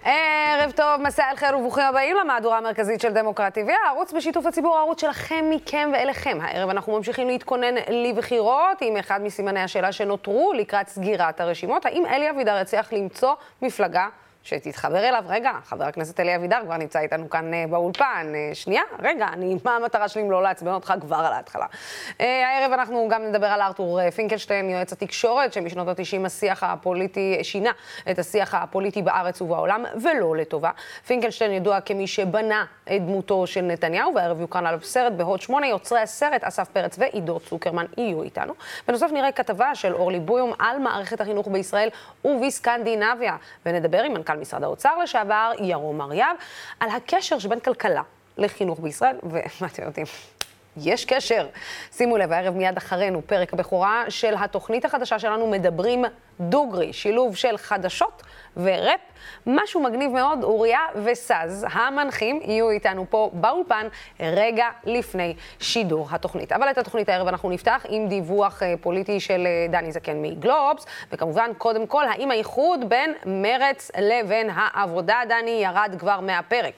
ערב טוב, מסע אל חיר וברוכים הבאים למהדורה המרכזית של דמוקרטי TV, הערוץ בשיתוף הציבור, הערוץ שלכם, מכם ואליכם. הערב אנחנו ממשיכים להתכונן לבחירות עם אחד מסימני השאלה שנותרו לקראת סגירת הרשימות. האם אלי אבידר יצליח למצוא מפלגה שתתחבר אליו? רגע, חבר הכנסת אלי אבידר כבר נמצא איתנו כאן באולפן. שנייה, רגע, מה המטרה שלי אם לא לעצבן אותך כבר על ההתחלה? הערב אנחנו גם נדבר על ארתור פינקלשטיין, יועץ התקשורת, שמשנות ה-90 השיח הפוליטי שינה את השיח הפוליטי בארץ ובעולם, ולא לטובה. פינקלשטיין ידוע כמי שבנה את דמותו של נתניהו, והערב יוקרן עליו סרט בהוט 8. יוצרי הסרט, אסף פרץ ועידו צוקרמן, יהיו איתנו. בנוסף נראה כתבה של אורלי בויום על מערכת החינוך בישראל ובסקנדינביה, ונדבר עם מנכ"ל משרד האוצר לשעבר, ירום אריאב, על הקשר שבין כלכלה לחינוך בישראל, ומה אתם יודעים? יש קשר. שימו לב, הערב מיד אחרינו, פרק הבכורה של התוכנית החדשה שלנו, מדברים דוגרי, שילוב של חדשות ורפ, משהו מגניב מאוד. אוריה וסז, המנחים, יהיו איתנו פה באולפן רגע לפני שידור התוכנית. אבל את התוכנית הערב אנחנו נפתח עם דיווח פוליטי של דני זקן מגלובס, וכמובן, קודם כל, האם האיחוד בין מרץ לבין העבודה, דני, ירד כבר מהפרק?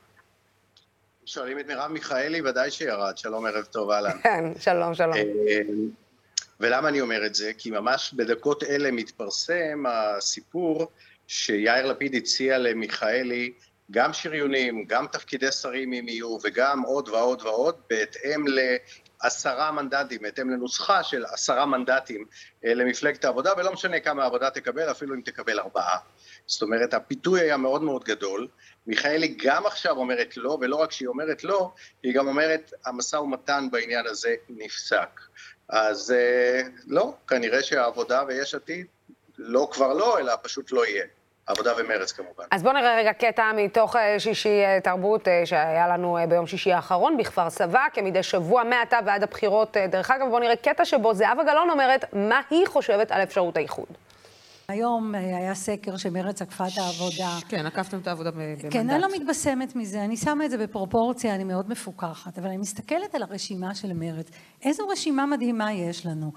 שואלים את מרב מיכאלי, ודאי שירד. שלום, ערב טוב, אהלן. כן, שלום, שלום. ולמה אני אומר את זה? כי ממש בדקות אלה מתפרסם הסיפור שיאיר לפיד הציע למיכאלי גם שריונים, גם תפקידי שרים אם יהיו, וגם עוד ועוד ועוד, בהתאם ל10 מנדטים, בהתאם לנוסחה של 10 מנדטים למפלגת העבודה, ולא משנה כמה העבודה תקבל, אפילו אם תקבל 4. זאת אומרת, הפיתוי היה מאוד מאוד גדול. מיכאלי גם עכשיו אומרת לא, ולא רק שהיא אומרת לא, היא גם אומרת, המשא ומתן בעניין הזה נפסק. אז לא, כנראה שהעבודה ויש עתיד, לא כבר לא, אלא פשוט לא יהיה. עבודה ומרץ כמובן. אז בואו נראה רגע קטע מתוך שישי תרבות שהיה לנו ביום שישי האחרון בכפר סבא, כמדי שבוע מעתה ועד הבחירות. דרך אגב, בואו נראה קטע שבו זהבה גלאון אומרת מה היא חושבת על אפשרות האיחוד. היום היה סקר שמרץ עקפה את העבודה. כן, עקפתם את העבודה במנדט. כן, אני לא מתבשמת מזה, אני שמה את זה בפרופורציה, אני מאוד מפוקחת, אבל אני מסתכלת על הרשימה של מרץ. איזו רשימה מדהימה יש לנו.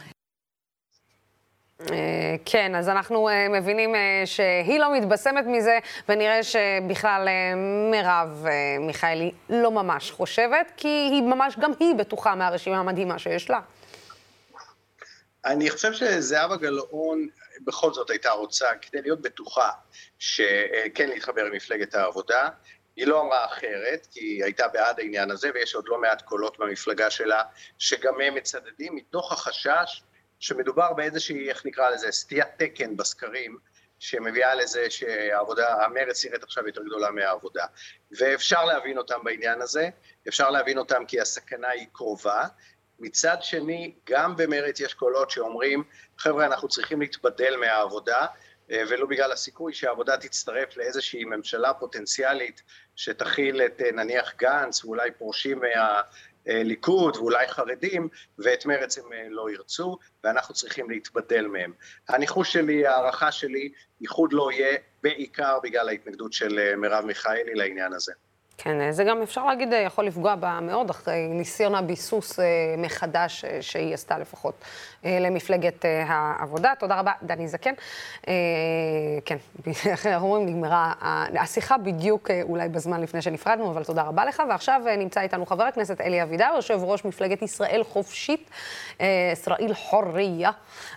כן, אז אנחנו מבינים שהיא לא מתבשמת מזה, ונראה שבכלל מרב מיכאלי לא ממש חושבת, כי היא ממש גם היא בטוחה מהרשימה המדהימה שיש לה. אני חושב שזהבה גלאון בכל זאת הייתה רוצה, כדי להיות בטוחה שכן להתחבר עם מפלגת העבודה. היא לא אמרה אחרת, כי היא הייתה בעד העניין הזה, ויש עוד לא מעט קולות במפלגה שלה, שגם הם מצדדים מתוך החשש שמדובר באיזושהי, איך נקרא לזה, סטיית תקן בסקרים, שמביאה לזה שהעבודה, המרץ נראית עכשיו יותר גדולה מהעבודה. ואפשר להבין אותם בעניין הזה, אפשר להבין אותם כי הסכנה היא קרובה. מצד שני, גם במרץ יש קולות שאומרים, חבר'ה, אנחנו צריכים להתבדל מהעבודה, ולא בגלל הסיכוי שהעבודה תצטרף לאיזושהי ממשלה פוטנציאלית, שתכיל את נניח גנץ, ואולי פורשים מהליכוד, ואולי חרדים, ואת מרץ הם לא ירצו, ואנחנו צריכים להתבדל מהם. הניחוש שלי, הערכה שלי, איחוד לא יהיה בעיקר בגלל ההתנגדות של מרב מיכאלי לעניין הזה. כן, זה גם אפשר להגיד יכול לפגוע בה מאוד אחרי ניסיון הביסוס מחדש שהיא עשתה לפחות למפלגת העבודה. תודה רבה, דני זקן. כן, אנחנו אומרים, נגמרה השיחה בדיוק אולי בזמן לפני שנפרדנו, אבל תודה רבה לך. ועכשיו נמצא איתנו חבר הכנסת אלי אבידר, יושב ראש מפלגת ישראל חופשית, ישראל חוריה,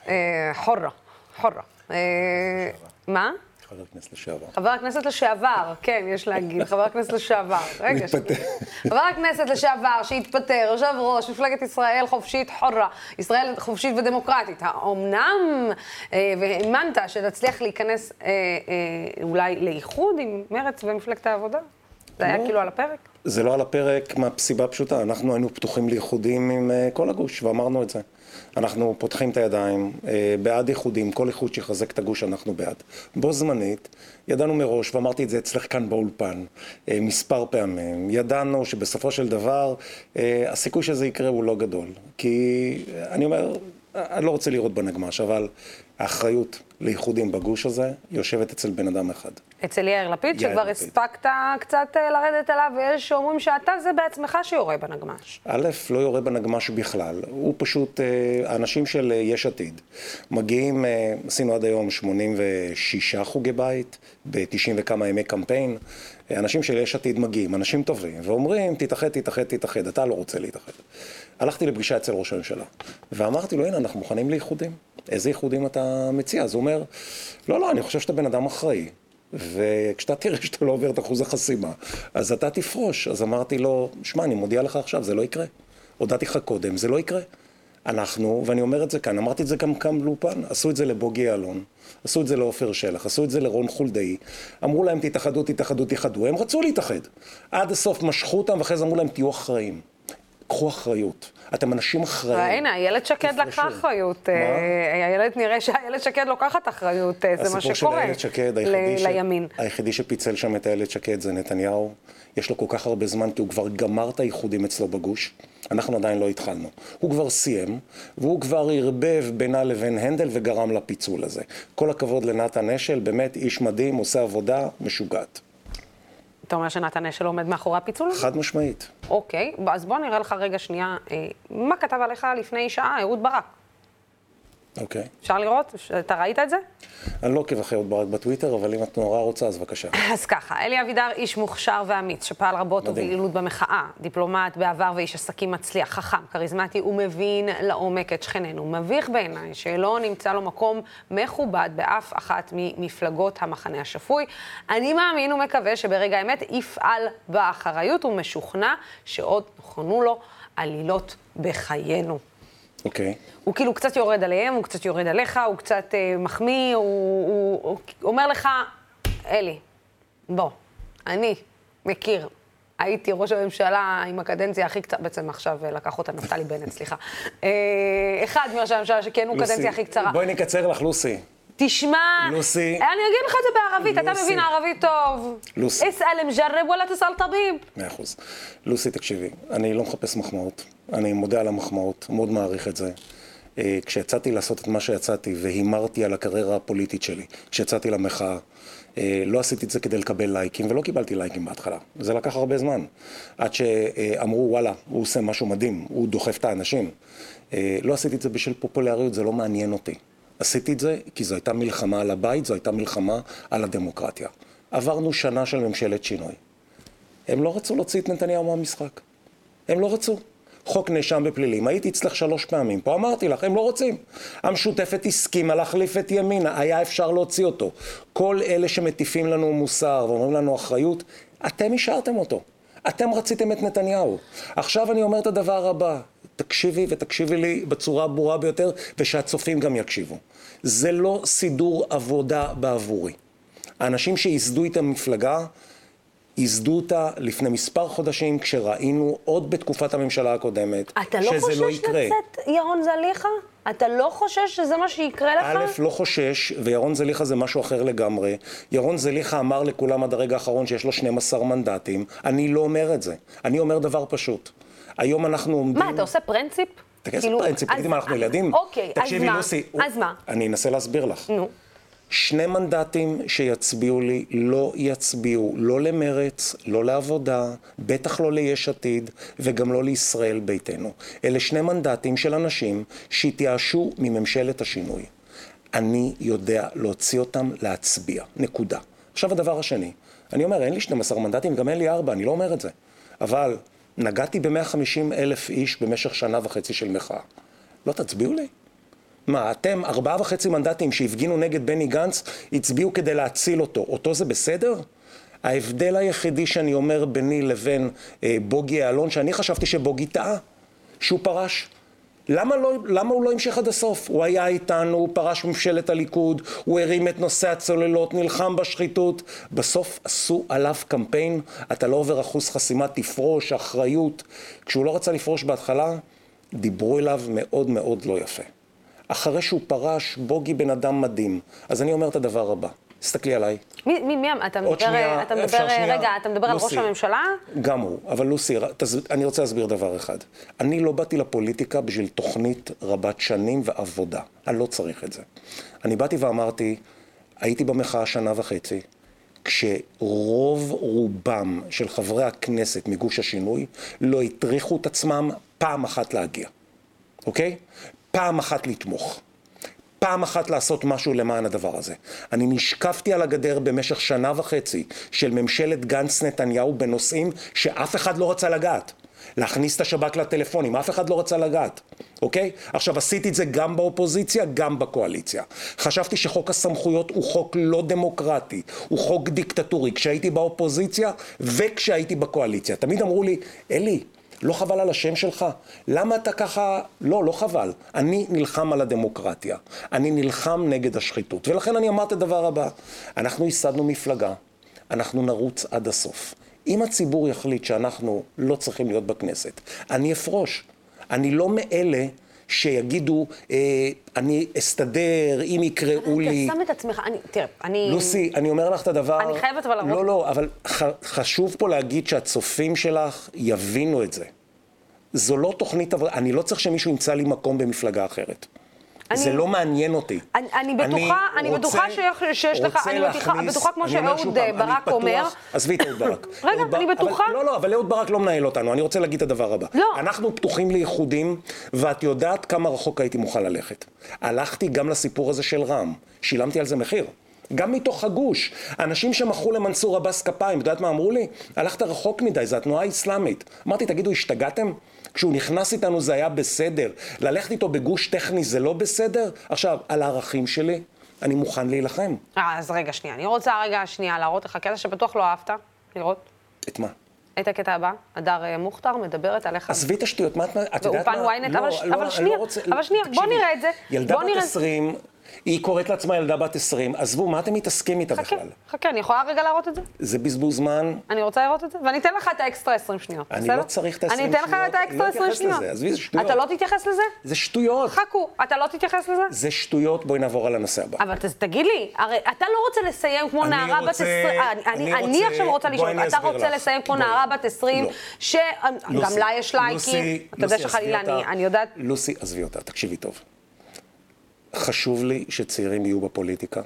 חורה. מה? חבר הכנסת לשעבר. חבר הכנסת לשעבר, כן, יש להגיד, חבר הכנסת לשעבר. רגע, חבר הכנסת לשעבר שהתפטר, יושב ראש מפלגת ישראל חופשית חורה, ישראל חופשית ודמוקרטית. האמנם והאמנת שתצליח להיכנס אולי לאיחוד עם מרץ ומפלגת העבודה? זה היה כאילו על הפרק? זה לא על הפרק מהסיבה פשוטה. אנחנו היינו פתוחים לאיחודים עם כל הגוש, ואמרנו את זה. אנחנו פותחים את הידיים, בעד איחודים, כל איחוד שיחזק את הגוש אנחנו בעד. בו זמנית, ידענו מראש, ואמרתי את זה אצלך כאן באולפן, מספר פעמים, ידענו שבסופו של דבר, הסיכוי שזה יקרה הוא לא גדול. כי אני אומר, אני לא רוצה לראות בנגמש, אבל האחריות לאיחודים בגוש הזה יושבת אצל בן אדם אחד. אצל יאיר לפיד, שכבר הספקת קצת לרדת אליו, ויש שאומרים שאתה זה בעצמך שיורה בנגמש. א', לא יורה בנגמש בכלל. הוא פשוט, האנשים של יש עתיד מגיעים, עשינו עד היום 86 חוגי בית, ב-90 וכמה ימי קמפיין. אנשים של יש עתיד מגיעים, אנשים טובים, ואומרים, תתאחד, אתה לא רוצה להתאחד. הלכתי לפגישה אצל ראש הממשלה, ואמרתי לו, הנה, אנחנו מוכנים לאיחודים. איזה איחודים אתה מציע? אז הוא אומר, לא, אני חושב שאתה בן אדם אחראי. וכשאתה תראה שאתה לא עובר את אחוז החסימה, אז אתה תפרוש. אז אמרתי לו, שמע, אני מודיע לך עכשיו, זה לא יקרה. הודעתי לך קודם, זה לא יקרה. אנחנו, ואני אומר את זה כאן, אמרתי את זה גם כאן באולפן, עשו את זה לבוגי יעלון, עשו את זה לעופר שלח, עשו את זה לרון חולדאי, אמרו להם תתאחדו, הם רצו להתאחד. עד הסוף משכו אותם, ואחרי זה אמרו להם, תהיו אחראים. קחו אחריות. אתם אנשים אחראים. הנה, איילת שקד לקחה אחריות. נראה שאיילת שקד לוקחת אחריות, זה מה שקורה. הסיפור של איילת שקד, לימין. היחידי שפיצל שם את איילת שקד זה נתניהו. יש לו כל כך הרבה זמן, כי הוא כבר גמר את האיחודים אצלו בגוש. אנחנו עדיין לא התחלנו. הוא כבר סיים, והוא כבר הרבב בינה לבין הנדל וגרם לפיצול הזה. כל הכבוד לנתן אשל, באמת איש מדהים, עושה עבודה משוגעת. אתה אומר שנתן אשל עומד מאחורי הפיצול? חד משמעית. אוקיי, אז בוא נראה לך רגע שנייה, מה כתב עליך לפני שעה, אהוד ברק? אוקיי. אפשר לראות? אתה ראית את זה? אני לא עוקב אחרי אהוד ברק בטוויטר, אבל אם את נורא רוצה, אז בבקשה. אז ככה, אלי אבידר איש מוכשר ואמיץ, שפעל רבות ובעילות במחאה, דיפלומט בעבר ואיש עסקים מצליח, חכם, כריזמטי ומבין לעומק את שכננו. מביך בעיניי שלא נמצא לו מקום מכובד באף אחת ממפלגות המחנה השפוי. אני מאמין ומקווה שברגע האמת יפעל באחריות ומשוכנע שעוד נכונו לו עלילות בחיינו. אוקיי. הוא כאילו קצת יורד עליהם, הוא קצת יורד עליך, הוא קצת מחמיא, הוא אומר לך, אלי, בוא, אני מכיר, הייתי ראש הממשלה עם הקדנציה הכי קצרה, בעצם עכשיו לקח אותה נפתלי בנט, סליחה. אחד מראש הממשלה שכן הוא קדנציה הכי קצרה. בואי נקצר לך, לוסי. תשמע, לוסי. אני אגיד לך את זה בערבית, אתה מבין ערבית טוב. לוסי. אסאל מג'רב וلا תסאל טביב. 100%. לוסי, תקשיבי, אני לא מחפש מחמאות, אני מודה על המחמאות, מאוד מעריך את זה. כשיצאתי לעשות את מה שיצאתי והימרתי על הקריירה הפוליטית שלי, כשיצאתי למחאה, לא עשיתי את זה כדי לקבל לייקים, ולא קיבלתי לייקים בהתחלה. זה לקח הרבה זמן. עד שאמרו, וואלה, הוא עושה משהו מדהים, הוא דוחף את האנשים. לא עשיתי את זה בשביל פופולריות, זה לא מעניין אותי. עשיתי את זה כי זו הייתה מלחמה על הבית, זו הייתה מלחמה על הדמוקרטיה. עברנו שנה של ממשלת שינוי. הם לא רצו להוציא את נתניהו מהמשחק. הם לא רצו. חוק נאשם בפלילים. הייתי אצלך 3 פעמים. פה אמרתי לך, הם לא רוצים. המשותפת הסכימה להחליף את ימינה. היה אפשר להוציא אותו. כל אלה שמטיפים לנו מוסר ואומרים לנו אחריות, אתם השארתם אותו. אתם רציתם את נתניהו. עכשיו אני אומר את הדבר הבא. תקשיבי ותקשיבי לי בצורה הברורה ביותר, ושהצופים גם יקשיבו. זה לא סידור עבודה בעבורי. האנשים שיסדו את המפלגה, יסדו אותה לפני מספר חודשים, כשראינו עוד בתקופת הממשלה הקודמת, שזה לא יקרה. לצאת ירון זליכה? אתה לא חושש שזה מה שיקרה לך? א', לא חושש, וירון זליכה זה משהו אחר לגמרי. ירון זליכה אמר לכולם עד הרגע האחרון שיש לו 12 מנדטים. אני לא אומר את זה. אני אומר דבר פשוט. היום אנחנו עומדים... מה, אתה עושה פרינציפ? תגידי פרינציפ, תגידי מה אנחנו ילדים. אוקיי, אז מה? אז מה? אני אנסה להסביר לך. נו. 2 מנדטים שיצביעו לי לא יצביעו, לא למרץ, לא לעבודה, בטח לא ליש עתיד וגם לא לישראל ביתנו. אלה 2 מנדטים של אנשים שהתייאשו מממשלת השינוי. אני יודע להוציא אותם להצביע, נקודה. עכשיו הדבר השני, אני אומר, אין לי 12 מנדטים, גם אין לי 4, אני לא אומר את זה. אבל נגעתי ב-150,000 איש במשך 1.5 שנה של מחאה. לא תצביעו לי? מה, אתם 4.5 מנדטים שהפגינו נגד בני גנץ, הצביעו כדי להציל אותו. אותו זה בסדר? ההבדל היחידי שאני אומר ביני לבין בוגי יעלון, שאני חשבתי שבוגי טעה, שהוא פרש. למה הוא לא המשיך עד הסוף? הוא היה איתנו, הוא פרש ממשלת הליכוד, הוא הרים את נושא הצוללות, נלחם בשחיתות. בסוף עשו עליו קמפיין, אתה לא עובר אחוז חסימה, תפרוש, אחריות. כשהוא לא רצה לפרוש בהתחלה, דיברו אליו מאוד מאוד לא יפה. אחרי שהוא פרש, בוגי בן אדם מדהים. אז אני אומר את הדבר הבא. תסתכלי עליי. מי? אתה מדבר על ראש הממשלה? גם הוא. אבל לוסי, אני רוצה להסביר דבר אחד. אני לא באתי לפוליטיקה בשביל תוכנית רבת שנים ועבודה. אני לא צריך את זה. אני באתי ואמרתי, הייתי במחאה 1.5 שנה, כשרוב רובם של חברי הכנסת מגוש השינוי לא הטריחו את עצמם פעם אחת להגיע. אוקיי? פעם אחת לתמוך. פעם אחת לעשות משהו למען הדבר הזה. אני נשקפתי על הגדר במשך 1.5 שנה של ממשלת גנץ נתניהו בנושאים שאף אחד לא רצה לגעת. להכניס את השב"כ לטלפונים, אף אחד לא רצה לגעת. אוקיי? עכשיו עשיתי את זה גם באופוזיציה, גם בקואליציה. חשבתי שחוק הסמכויות הוא חוק לא דמוקרטי, הוא חוק דיקטטורי, כשהייתי באופוזיציה וכשהייתי בקואליציה. תמיד אמרו לי, אלי, לא חבל על השם שלך? למה אתה ככה? לא חבל. אני נלחם על הדמוקרטיה. אני נלחם נגד השחיתות. ולכן אני אמרתי את הדבר הבא. אנחנו ייסדנו מפלגה. אנחנו נרוץ עד הסוף. אם הציבור יחליט שאנחנו לא צריכים להיות בכנסת, אני אפרוש. אני לא מאלה שיגידו, אני אסתדר, אם יקראו לי... אתה שם את עצמך, תראה, אני... לוסי, אני אומר לך את הדבר... אני חייבת אבל להראות... לא, אבל חשוב פה להגיד שהצופים שלך יבינו את זה. זו לא תוכנית עבודה, אני לא צריך שמישהו ימצא לי מקום במפלגה אחרת. זה לא מעניין אותי. אני בטוחה שיש לך, אני בטוחה כמו שאהוד ברק אומר. עזבי את אהוד ברק. רגע, אני בטוחה. לא, אבל אהוד ברק לא מנהל אותנו, אני רוצה להגיד את הדבר הבא. אנחנו פתוחים לייחודים, ואת יודעת כמה רחוק הייתי מוכן ללכת. הלכתי גם לסיפור הזה של רע"מ, שילמתי על זה מחיר. גם מתוך הגוש. אנשים שמחאו למנסור עבאס כפיים, יודעת מה אמרו לי? הלכת רחוק מדי, זה התנועה האסלאמית. אמרתי, תגידו, השתגעתם? כשהוא נכנס איתנו זה היה בסדר. ללכת איתו בגוש טכני זה לא בסדר? עכשיו, על הערכים שלי, אני מוכן להילחם. אז רגע, שנייה. אני רוצה להראות לך קטע שבטוח לא אהבת. לראות. את מה? את הקטע הבא, הדר מוכתר מדברת עליך. עזבי את השטויות, מה את יודעת מה? ואופן וויינט, אבל שנייה, בוא נראה את זה. ילדה בת 20, היא קוראת לעצמה ילדה בת 20, עזבו, מה אתם מתעסקים איתה בכלל? חכה, אני יכולה רגע להראות את זה? זה בזבוז זמן. אני רוצה לראות את זה, ואני אתן לך את האקסטרה 20 שניות, בסדר? אני לא צריך את ה-20 שניות. אני אתן לך את האקסטרה 20 שניות. עזבי, זה שטויות. אתה לא תתייחס לזה? זה שטויות. חכו, אתה לא תתייחס לזה? זה שטויות, בואי נעבור על הנושא הבא. אבל תגיד לי, הרי אתה לא רוצה לסיים כמו נערה בת 20, אני עכשיו רוצה לשאול, אתה רוצה לסיים כמו נערה בת 20, שגם לה יש לייקים, אתה יודע שחלילה, אני יודעת... לוסי, עזבי אותה, תקשיבי טוב. חשוב לי שצעירים יהיו בפוליטיקה.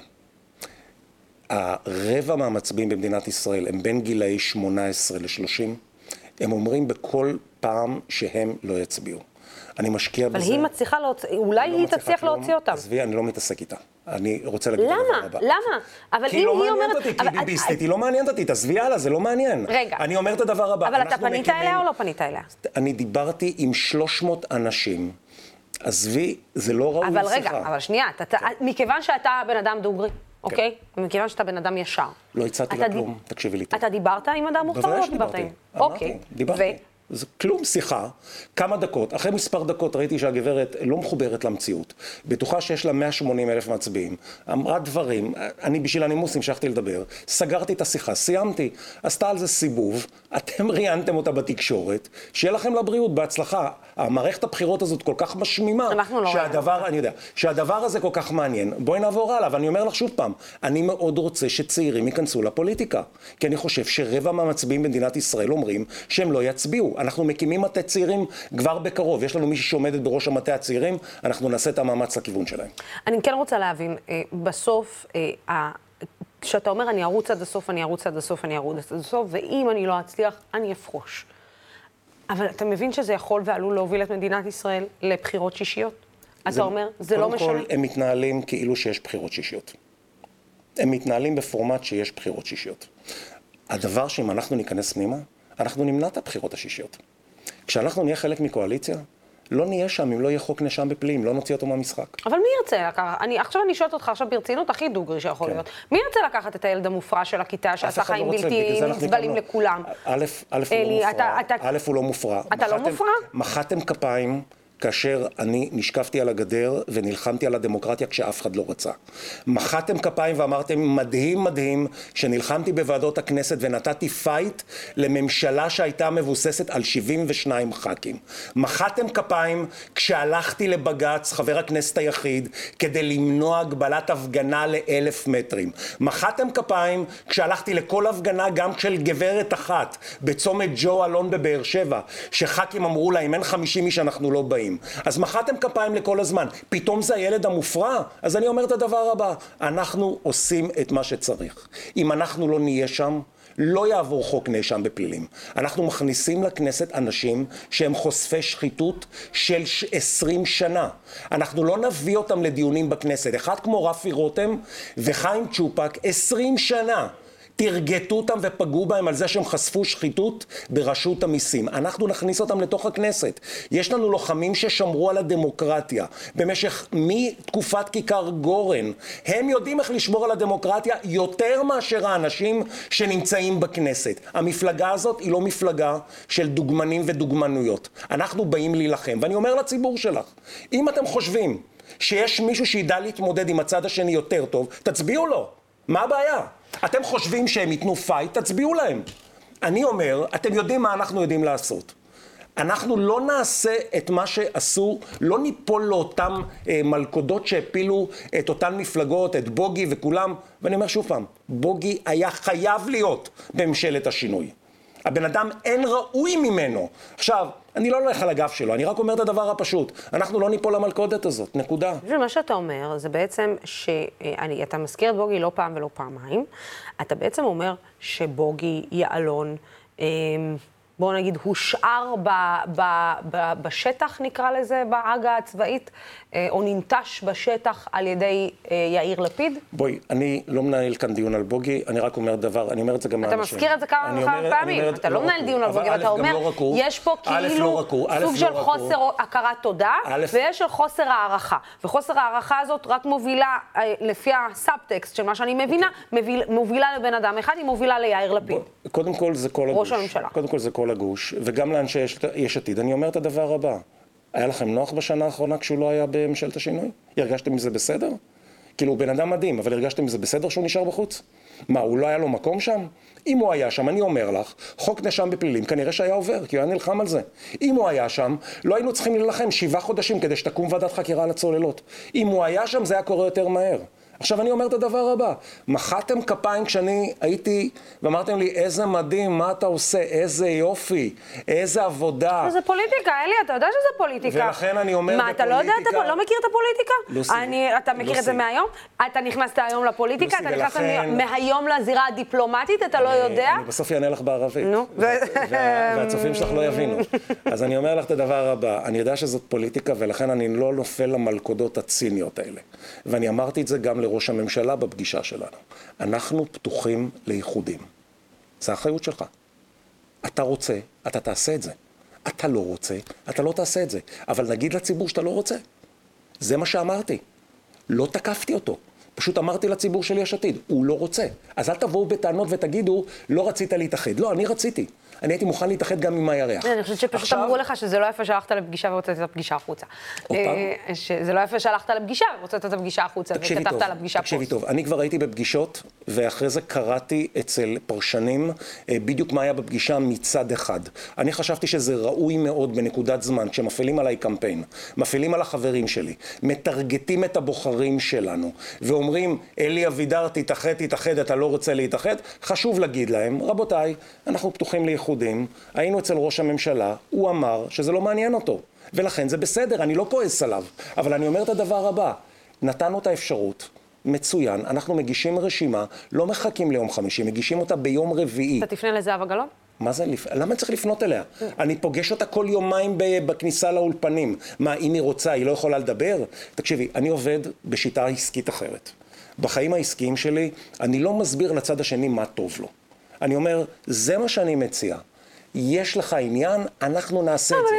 הרבע מהמצביעים במדינת ישראל הם בין גילאי 18 ל-30. הם אומרים בכל פעם שהם לא יצביעו. אני משקיע בזה. אבל היא מצליחה להוציא, אולי היא תצליח להוציא אותם. עזבי, אני לא מתעסק איתה. אני רוצה להגיד את הדבר הבא. למה? אבל כי היא לא מעניינת אותי, כי היא ביביסטית, היא לא מעניינת אותי, תעזבי הלאה, זה לא מעניין. רגע. אני אומר את הדבר הבא. אבל אתה פנית אליה או לא פנית אליה? אני דיברתי עם 300 אנשים. עזבי, זה לא ראוי לשיחה. אבל רגע, אבל שנייה, מכיוון שאתה בן אדם דוגרי, אוקיי? מכיוון שאתה בן אדם ישר. לא הצעתי לה כלום, תקשיבי לי טוב. אתה דיברת עם אדם מוכתר או לא דיברת עם? אוקיי. דיברתי. זה כלום, שיחה, כמה דקות, אחרי מספר דקות ראיתי שהגברת לא מחוברת למציאות, בטוחה שיש לה 180,000 מצביעים, אמרה דברים, אני בשביל הנימוס המשכתי לדבר, סגרתי את השיחה, סיימתי, עשתה על זה סיבוב, אתם ראיינתם אותה בתקשורת, שיהיה לכם לבריאות, בהצלחה, המערכת הבחירות הזאת כל כך משמימה, שהדבר הזה כל כך מעניין, בואי נעבור הלאה, ואני אומר לך שוב פעם, אני מאוד רוצה שצעירים ייכנסו לפוליטיקה, כי אני חושב שרבע מהמצביעים במדינת ישראל אומרים שהם לא יצביעו. אנחנו מקימים מטה צעירים כבר בקרוב. יש לנו מישהי שעומדת בראש המטה הצעירים, אנחנו נעשה את המאמץ לכיוון שלהם. אני כן רוצה להבין, בסוף, שאתה אומר, אני ארוץ עד הסוף, אני ארוץ עד הסוף, אני ארוץ עד הסוף, ואם אני לא אצליח, אני אפרוש. אבל אתה מבין שזה יכול ועלול להוביל את מדינת ישראל לבחירות שישיות? אתה אומר, זה לא משנה. קודם כל, הם מתנהלים כאילו שיש בחירות שישיות. הם מתנהלים בפורמט שיש בחירות שישיות. הדבר שאם אנחנו ניכנס פנימה, אנחנו נמנע את הבחירות השישיות. כשאנחנו נהיה חלק מקואליציה, לא נהיה שם אם לא יהיה חוק נאשם בפלילים, לא נוציא אותו מהמשחק. אבל מי ירצה לקחת? עכשיו אני שואלת אותך עכשיו ברצינות הכי דוגרי שיכול להיות. מי ירצה לקחת את הילד המופרע של הכיתה שעשה חיים בלתי נסבלים לכולם? א', הוא לא מופרע. אתה לא מופרע? מחאתם כפיים כאשר אני נשקפתי על הגדר ונלחמתי על הדמוקרטיה כשאף אחד לא רצה. מחאתם כפיים ואמרתם מדהים מדהים שנלחמתי בוועדות הכנסת ונתתי פייט לממשלה שהייתה מבוססת על 72 ח"כים. מחאתם כפיים כשהלכתי לבג"ץ, חבר הכנסת היחיד, כדי למנוע הגבלת הפגנה ל1,000 מטרים. מחאתם כפיים כשהלכתי לכל הפגנה גם של גברת אחת בצומת ג'ו אלון בבאר שבע, שח"כים אמרו להם אין 50 איש אנחנו לא באים. אז מחאתם כפיים לכל הזמן. פתאום זה הילד המופרע? אז אני אומר את הדבר הבא, אנחנו עושים את מה שצריך. אם אנחנו לא נהיה שם, לא יעבור חוק נאשם בפלילים. אנחנו מכניסים לכנסת אנשים שהם חושפי שחיתות של 20 שנה. אנחנו לא נביא אותם לדיונים בכנסת. אחד כמו רפי רותם וחיים צ'ופק, 20 שנה. תרגטו אותם ופגעו בהם על זה שהם חשפו שחיתות ברשות המיסים. אנחנו נכניס אותם לתוך הכנסת. יש לנו לוחמים ששמרו על הדמוקרטיה במשך מתקופת כיכר גורן. הם יודעים איך לשמור על הדמוקרטיה יותר מאשר האנשים שנמצאים בכנסת. המפלגה הזאת היא לא מפלגה של דוגמנים ודוגמנויות. אנחנו באים להילחם. ואני אומר לציבור שלך, אם אתם חושבים שיש מישהו שידע להתמודד עם הצד השני יותר טוב, תצביעו לו. מה הבעיה? אתם חושבים שהם ייתנו פייט, תצביעו להם. אני אומר, אתם יודעים מה אנחנו יודעים לעשות. אנחנו לא נעשה את מה שעשו, לא ניפול לאותם מלכודות שהפילו את אותן מפלגות, את בוגי וכולם. ואני אומר שוב פעם, בוגי היה חייב להיות בממשלת השינוי. הבן אדם אין ראוי ממנו. עכשיו, אני לא הולך על הגב שלו, אני רק אומר את הדבר הפשוט. אנחנו לא ניפול למלכודת הזאת, נקודה. מה שאתה אומר זה בעצם אתה מזכיר את בוגי לא פעם ולא פעמיים. אתה בעצם אומר שבוגי יעלון, בואו נגיד, הושאר בשטח, נקרא לזה, בעגה הצבאית, או ננטש בשטח על ידי יאיר לפיד? בואי, אני לא מנהל כאן דיון על בוגי, אני רק אומר דבר, אני אומר את זה גם לאנשים. אתה מזכיר את זה כמה פעמים, אתה לא מנהל דיון על בוגי, ואתה אומר, יש פה כאילו סוג של חוסר הכרת תודה, ויש של חוסר הערכה. וחוסר הערכה הזאת רק מובילה, לפי הסאבטקסט של מה שאני מבינה, מובילה לבן אדם אחד, היא מובילה ליאיר לפיד. קודם כל זה כל הגוש. ראש הממשלה. קודם כל זה כל הגוש, וגם לאנשי יש עתיד. אני אומר את הדבר הבא. היה לכם נוח בשנה האחרונה כשהוא לא היה בממשלת השינוי? הרגשתם מזה בסדר? כאילו הוא בן אדם מדהים, אבל הרגשתם מזה בסדר שהוא נשאר בחוץ? מה, הוא לא היה לו מקום שם? אם הוא היה שם, אני אומר לך, חוק נאשם בפלילים כנראה שהיה עובר, כי הוא היה נלחם על זה. אם הוא היה שם, לא היינו צריכים להילחם 7 חודשים כדי שתקום ועדת חקירה על הצוללות. אם הוא היה שם, זה היה קורה יותר מהר. עכשיו אני אומר את הדבר הבא, מחאתם כפיים כשאני הייתי ואמרתם לי איזה מדהים, מה אתה עושה, איזה יופי, איזה עבודה. זה פוליטיקה, אלי, אתה יודע שזה פוליטיקה. ולכן אני אומר בפוליטיקה... מה, אתה לא יודע, אתה לא מכיר את הפוליטיקה? לוסי. אתה מכיר את זה מהיום? אתה נכנסת היום לפוליטיקה, אתה נכנסת מהיום לזירה הדיפלומטית, אתה לא יודע? אני בסוף אענה לך בערבית. והצופים שלך לא יבינו. אז אני אומר לך את הדבר הבא, אני יודע שזאת פוליטיקה ולכן אני לא נופל למלכודות הציניות האלה. ואני אמרתי את זה גם לראש הממשלה בפגישה שלנו. אנחנו פתוחים לאיחודים. זה האחריות שלך. אתה רוצה, אתה תעשה את זה. אתה לא רוצה, אתה לא תעשה את זה. אבל נגיד לציבור שאתה לא רוצה. זה מה שאמרתי. לא תקפתי אותו. פשוט אמרתי לציבור של יש עתיד, הוא לא רוצה. אז אל תבואו בטענות ותגידו, לא רצית להתאחד. לא, אני רציתי. אני הייתי מוכן להתאחד גם עם הירח. אני חושבת שפשוט אמרו לך שזה לא יפה שהלכת לפגישה והוצאת את הפגישה החוצה. שזה לא יפה שהלכת לפגישה והוצאת את הפגישה החוצה וכתבת על הפגישה פוסט. תקשיבי טוב, אני כבר הייתי בפגישות ואחרי זה קראתי אצל פרשנים בדיוק מה היה בפגישה מצד אחד. אני חשבתי שזה ראוי מאוד בנקודת זמן, כשמפעילים עליי קמפיין, מפעילים על החברים שלי, מטרגטים את הבוחרים שלנו ואומרים, אלי אבידר, תתאחד, אתה לא רוצה להתאחד, חשוב להגיד להם, רבותיי, אנחנו פתוחים לאיחוד. היינו אצל ראש הממשלה, הוא אמר שזה לא מעניין אותו, ולכן זה בסדר, אני לא כועס עליו, אבל אני אומר את הדבר הבא, נתנו את האפשרות, מצוין, אנחנו מגישים רשימה, לא מחכים ליום חמישי, מגישים אותה ביום רביעי. אתה תפנה לזהבה גלאון? מה זה? למה צריך לפנות אליה? אני פוגש אותה כל יומיים בכניסה לאולפנים. מה, אם היא רוצה, היא לא יכולה לדבר? תקשיבי, אני עובד בשיטה עסקית אחרת. בחיים העסקיים שלי, אני לא מסביר לצד השני מה טוב לו. אני אומר, זה מה שאני מציע. יש לך עניין, אנחנו נעשה את זה.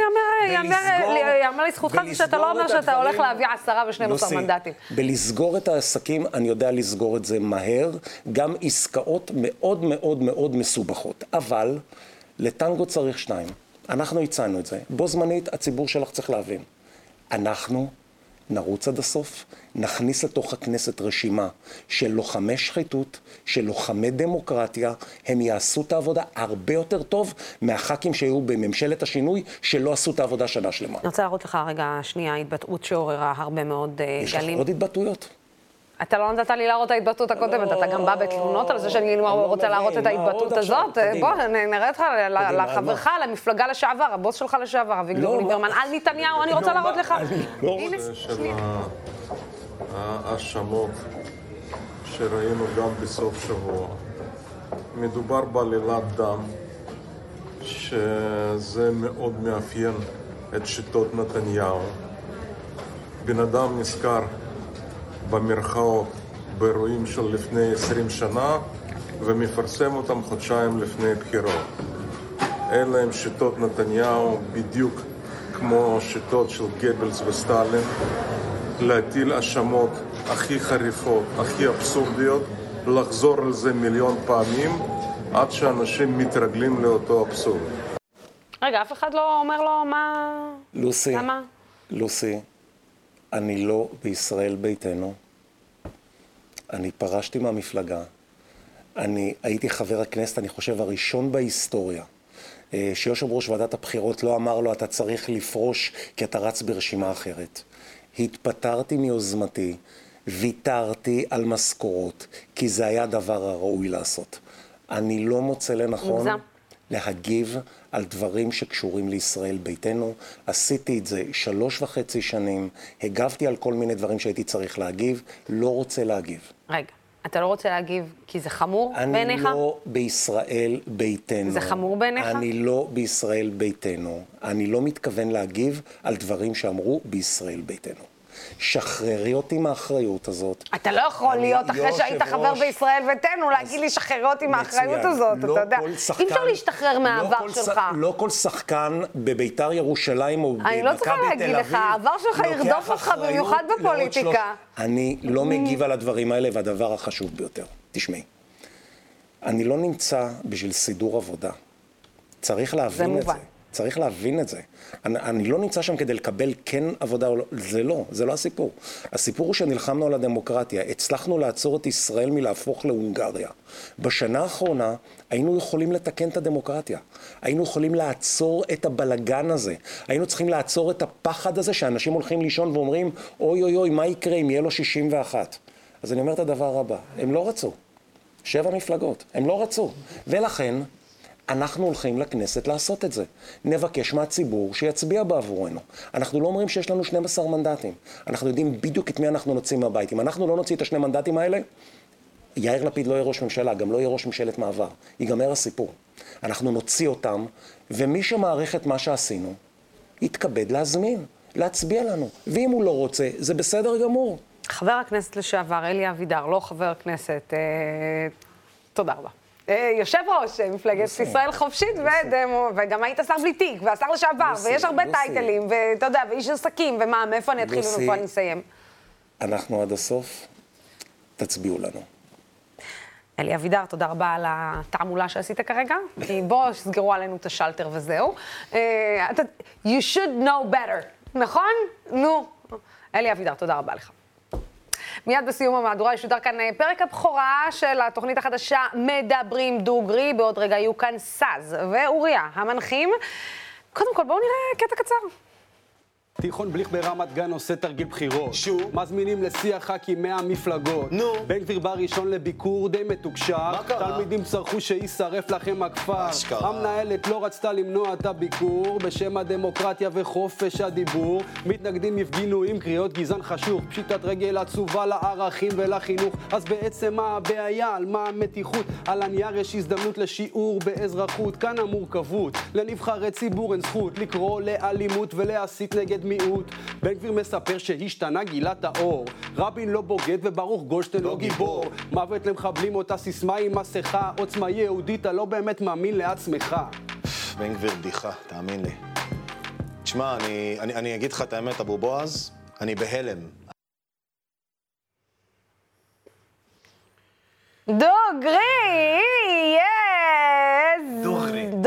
יאמר לזכותך שאתה לא אומר שאתה הולך להביא 10 ו12 מנדטים. בלסגור את העסקים, אני יודע לסגור את זה מהר, גם עסקאות מאוד מאוד מאוד מסובכות. אבל לטנגו צריך 2. אנחנו הצענו את זה. בו זמנית, הציבור שלך צריך להבין. אנחנו נרוץ עד הסוף, נכניס לתוך הכנסת רשימה של לוחמי שחיתות, של לוחמי דמוקרטיה, הם יעשו את העבודה הרבה יותר טוב מהח"כים שהיו בממשלת השינוי, שלא עשו את העבודה שנה שלמה. אני רוצה להראות לך רגע שנייה התבטאות שעוררה הרבה מאוד גלים. יש לך עוד התבטאויות? אתה לא נתת לי להראות את ההתבטאות הקודמת, אתה גם בא בתלונות על זה שאני רוצה להראות את ההתבטאות הזאת. בוא, נראה אותך לחברך, למפלגה לשעבר, הבוס שלך לשעבר, אביגדור ליברמן, על נתניהו, אני רוצה להראות לך. הנה, של ההאשמות שראינו גם בסוף שבוע. מדובר בעלילת דם, שזה מאוד מאפיין את שיטות נתניהו. בן אדם נזכר במרכאות באירועים של לפני 20 שנה ומפרסם אותם חודשיים לפני בחירות. אלה הם שיטות נתניהו בדיוק כמו שיטות של גבלס וסטלין, להטיל האשמות הכי חריפות, הכי אבסורדיות, לחזור על זה מיליון פעמים עד שאנשים מתרגלים לאותו אבסורד. רגע, אף אחד לא אומר לו מה... לוסי, למה? לוסי, אני לא בישראל ביתנו. אני פרשתי מהמפלגה. אני הייתי חבר הכנסת, אני חושב, הראשון בהיסטוריה, שיושב ראש ועדת הבחירות לא אמר לו, אתה צריך לפרוש כי אתה רץ ברשימה אחרת. התפטרתי מיוזמתי, ויתרתי על משכורות, כי זה היה דבר הראוי לעשות. אני לא מוצא לנכון להגיב על דברים שקשורים לישראל ביתנו. עשיתי את זה 3.5 שנים, הגבתי על כל מיני דברים שהייתי צריך להגיב, לא רוצה להגיב. רגע, אתה לא רוצה להגיב כי זה חמור בעיניך? אני לא בישראל ביתנו. זה חמור בעיניך? אני לא בישראל ביתנו. אני לא מתכוון להגיב על דברים שאמרו בישראל ביתנו. שחררי אותי מהאחריות הזאת. אתה לא יכול להיות אחרי שהיית חבר בישראל ביתנו, להגיד לי שחררי אותי מהאחריות הזאת, אתה יודע. אי אפשר להשתחרר מהעבר שלך. לא כל שחקן בביתר ירושלים או במכבי תל אביב. אני לא צריכה להגיד לך, העבר שלך ירדוף אותך במיוחד בפוליטיקה. אני לא מגיב על הדברים האלה, והדבר החשוב ביותר. תשמעי, אני לא נמצא בשביל סידור עבודה. צריך להבין את זה. צריך להבין את זה. אני לא נמצא שם כדי לקבל כן עבודה או לא. זה לא הסיפור. הסיפור הוא שנלחמנו על הדמוקרטיה. הצלחנו לעצור את ישראל מלהפוך להונגריה. בשנה האחרונה היינו יכולים לתקן את הדמוקרטיה. היינו יכולים לעצור את הבלגן הזה. היינו צריכים לעצור את הפחד הזה שאנשים הולכים לישון ואומרים, אוי אוי אוי, מה יקרה אם יהיה לו 61? אז אני אומר את הדבר הבא. הם לא רצו. 7 מפלגות. הם לא רצו. ולכן אנחנו הולכים לכנסת לעשות את זה. נבקש מהציבור שיצביע בעבורנו. אנחנו לא אומרים שיש לנו 12 מנדטים. אנחנו יודעים בדיוק את מי אנחנו נוציא מהבית. אם אנחנו לא נוציא את 2 המנדטים האלה, יאיר לפיד לא יהיה ראש ממשלה, גם לא יהיה ראש ממשלת מעבר. ייגמר הסיפור. אנחנו נוציא אותם, ומי שמעריך את מה שעשינו, יתכבד להזמין, להצביע לנו. ואם הוא לא רוצה, זה בסדר גמור. חבר הכנסת לשעבר, אלי אבידר, לא חבר הכנסת, תודה רבה. יושב ראש מפלגת ישראל חופשית, וגם היית שר בלי תיק, והשר לשעבר, ויש הרבה טייטלים, ואתה יודע, ואיש עסקים, ומה, מאיפה אני אתחיל ומאיפה אני אסיים? אנחנו עד הסוף, תצביעו לנו. אלי אבידר, תודה רבה על התעמולה שעשית כרגע, כי בוא, סגרו עלינו את השלטר וזהו. You should know better, נכון? נו. אלי אבידר, תודה רבה לך. מיד בסיום המהדורה ישודר כאן פרק הבכורה של התוכנית החדשה מדברים דוגרי. בעוד רגע יהיו כאן סאז ואוריה המנחים. קודם כל בואו נראה קטע קצר. תיכון בליך ברמת גן עושה תרגיל בחירות. שוב? מזמינים לשיח ח"כים 100 מפלגות. נו? בן גביר בא ראשון לביקור די מתוקשר. מה קרה? תלמידים צרכו שישרף לכם הכפר. אשכרה. המנהלת לא רצתה למנוע את הביקור. בשם הדמוקרטיה וחופש הדיבור. מתנגדים הפגינו עם קריאות גזען חשוך. פשיטת רגל עצובה לערכים ולחינוך. אז בעצם מה הבעיה? על מה המתיחות? על הנייר יש הזדמנות לשיעור באזרחות. כאן המורכבות. לנבחרי ציבור אין זכות לקרוא לאלימות ולהסית נגד מיעוט. בן גביר מספר שהשתנה גילת האור. רבין לא בוגד וברוך גולדשטיין לא גיבור. מוות למחבלים אותה סיסמה עם מסכה. עוצמה יהודית, אתה לא באמת מאמין לעצמך. בן גביר בדיחה, תאמין לי. תשמע, אני אגיד לך את האמת, אבו בועז, אני בהלם. דוגרי, יס!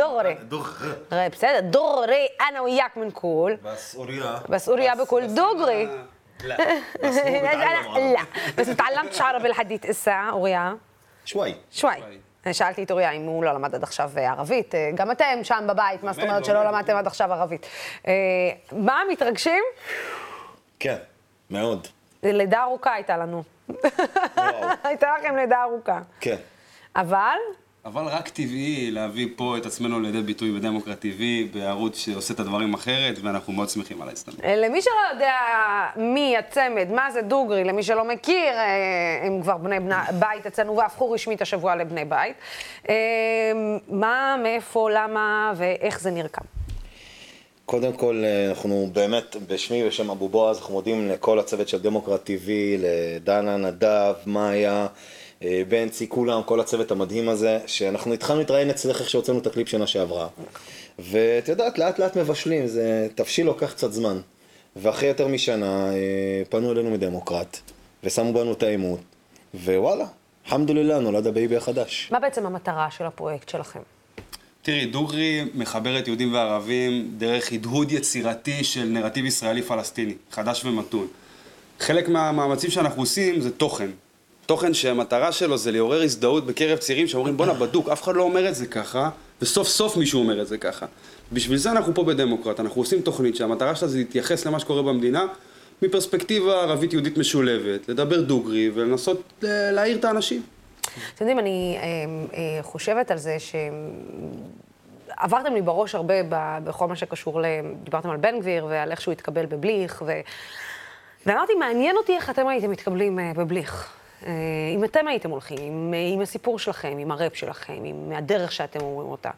דוגרי, בסדר, דוגרי, أنا وياك بنقول. بس أوريا بقول دغري. لا لا بس متعلمتش عربي لحديت إسا أوريا. שוואי. שאלתי את אוריה אם הוא לא למד עד עכשיו ערבית. גם אתם שם בבית, מה זאת אומרת שלא למדתם עד עכשיו ערבית. מה, מתרגשים? כן, מאוד. לידה ארוכה הייתה לנו. הייתה לכם לידה ארוכה. כן. אבל רק טבעי להביא פה את עצמנו לידי ביטוי בדמוקרט TV, בערוץ שעושה את הדברים אחרת, ואנחנו מאוד שמחים על ההסתמנות. למי שלא יודע מי הצמד, מה זה דוגרי, למי שלא מכיר, הם כבר בני בית אצלנו והפכו רשמית השבוע לבני בית. מה, מאיפה, למה ואיך זה נרקם? קודם כל, אנחנו באמת, בשמי ובשם אבו בועז, אנחנו מודים לכל הצוות של דמוקרט TV, לדנה, נדב, מאיה, בנצי, כולם, כל הצוות המדהים הזה, שאנחנו התחלנו להתראיין אצלך איך שהוצאנו את הקליפ שנה שעברה. ואת יודעת, לאט לאט מבשלים, זה תבשיל לוקח קצת זמן. ואחרי יותר משנה פנו אלינו מדמוקרט, ושמו בנו את האימות, ווואלה, חמדוללה, נולד הבייבי החדש. מה בעצם המטרה של הפרויקט שלכם? תראי, דוגרי מחברת יהודים וערבים דרך הדהוד יצירתי של נרטיב ישראלי-פלסטיני, חדש ומתון. חלק מהמאמצים שאנחנו עושים זה תוכן. תוכן שהמטרה שלו זה לעורר הזדהות בקרב צעירים שאומרים בוא נבדוק, אף אחד לא אומר את זה ככה, וסוף סוף מישהו אומר את זה ככה. בשביל זה אנחנו פה בדמוקרט, אנחנו עושים תוכנית שהמטרה שלה זה להתייחס למה שקורה במדינה, מפרספקטיבה ערבית-יהודית משולבת, לדבר דוגרי ולנסות להעיר את האנשים. אתם יודעים, אני חושבת על זה שעברתם לי בראש הרבה בכל מה שקשור דיברתם על בן גביר ועל איך שהוא התקבל בבליך, ואמרתי, מעניין אותי איך אתם הייתם מתקבלים בבליך. אם אתם הייתם הולכים, עם הסיפור שלכם, עם הרפ שלכם, עם הדרך שאתם אומרים אותה.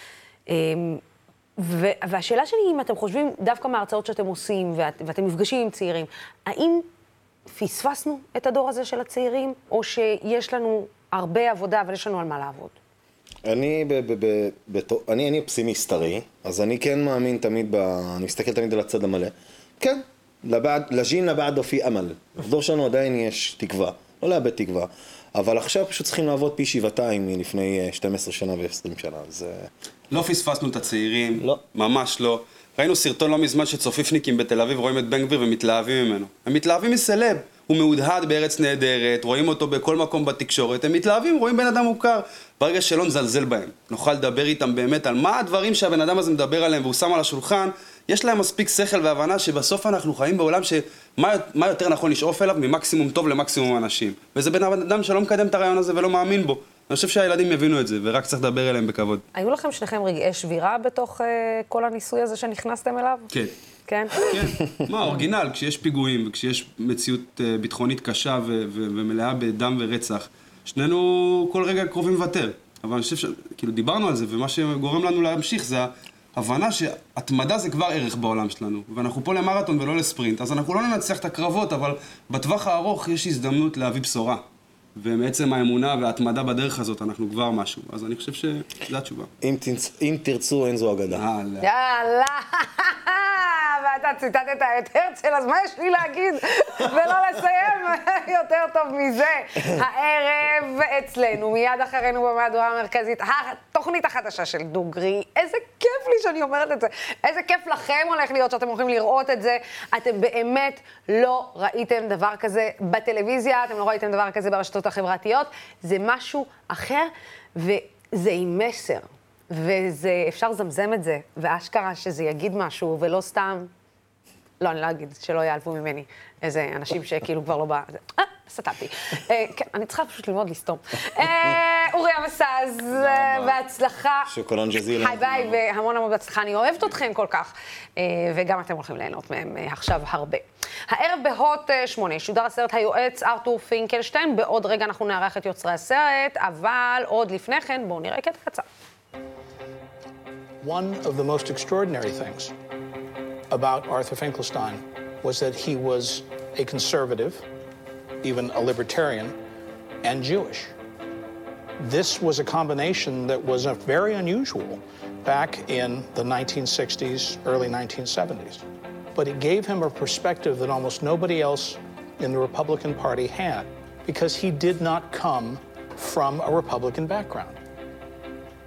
והשאלה שלי, אם אתם חושבים דווקא מההרצאות שאתם עושים, ואתם מפגשים עם צעירים, האם פספסנו את הדור הזה של הצעירים, או שיש לנו הרבה עבודה, אבל יש לנו על מה לעבוד? אני פסימיסט הרי, אז אני כן מאמין תמיד, אני מסתכל תמיד על הצד המלא. כן, לג'ין לבעדו פי אמל. לדור שלנו עדיין יש תקווה, לא לאבד תקווה. אבל עכשיו פשוט צריכים לעבוד פי שבעתיים מלפני 12 שנה ו-20 שנה. לא פספסנו את הצעירים, לא. ממש לא. ראינו סרטון לא מזמן שצופיפניקים בתל אביב רואים את בן גביר ומתלהבים ממנו. הם מתלהבים מסלב, הוא מהודהד בארץ נהדרת, רואים אותו בכל מקום בתקשורת, הם מתלהבים, רואים בן אדם מוכר. ברגע שלא נזלזל בהם, נוכל לדבר איתם באמת על מה הדברים שהבן אדם הזה מדבר עליהם והוא שם על השולחן, יש להם מספיק שכל והבנה שבסוף אנחנו חיים בעולם שמה יותר נכון לשאוף אליו ממקסימום טוב למקסימום אנשים. וזה בן אדם שלא מקדם את הרעיון הזה ולא מאמין בו. אני חושב שהילדים יבינו את זה, ורק צריך לדבר אליהם בכבוד. היו לכם שניכם רגעי שבירה בתוך כל הניסוי הזה שנכנסתם אליו? כן. כן? כן. מה, אורגינל, כשיש פיגועים וכשיש מציאות ביטחונית קשה ומלאה בדם ורצח, שנינו כל רגע קרובים לוותר. אבל אני חושב שכאילו דיברנו על זה, ומה שגורם לנו להמשיך זה ההבנה שהתמדה זה כבר ערך בעולם שלנו, ואנחנו פה למרתון ולא לספרינט, אז אנחנו לא ננצח את הקרבות, אבל בטווח הארוך יש הזדמנות להביא בשורה. ומעצם האמונה וההתמדה בדרך הזאת אנחנו כבר משהו. אז אני חושב שזו התשובה. אם תרצו, אין זו אגדה. יאללה! ואתה ציטטת את הרצל, אז מה יש לי להגיד? ולא לסיים יותר טוב מזה. הערב אצלנו, מיד אחרינו במהדורה המרכזית, התוכנית החדשה של דוגרי. איזה כיף לי שאני אומרת את זה. איזה כיף לכם הולך להיות שאתם הולכים לראות את זה. אתם באמת לא ראיתם דבר כזה בטלוויזיה, אתם לא ראיתם דבר כזה ברשתות החברתיות. זה משהו אחר, וזה עם מסר. ואפשר לזמזם את זה, ואשכרה שזה יגיד משהו, ולא סתם, לא, אני לא אגיד, שלא יעלבו ממני איזה אנשים שכאילו כבר לא בא, סתמתי. כן, אני צריכה פשוט ללמוד לסתום. אוריה מסאז, בהצלחה. שוקרן ג'זילה. היי ביי, והמון המון בהצלחה, אני אוהבת אתכם כל כך, וגם אתם הולכים ליהנות מהם עכשיו הרבה. הערב בהוט 8 שודר הסרט היועץ ארתור פינקלשטיין, בעוד רגע אנחנו נערך את יוצרי הסרט, אבל עוד לפני כן בואו נראה קטע קצר. One of the most extraordinary things about Arthur Finkelstein was that he was a conservative, even a libertarian, and Jewish. This was a combination that was very unusual back in the 1960s, early 1970s. But it gave him a perspective that almost nobody else in the Republican Party had, because he did not come from a Republican background.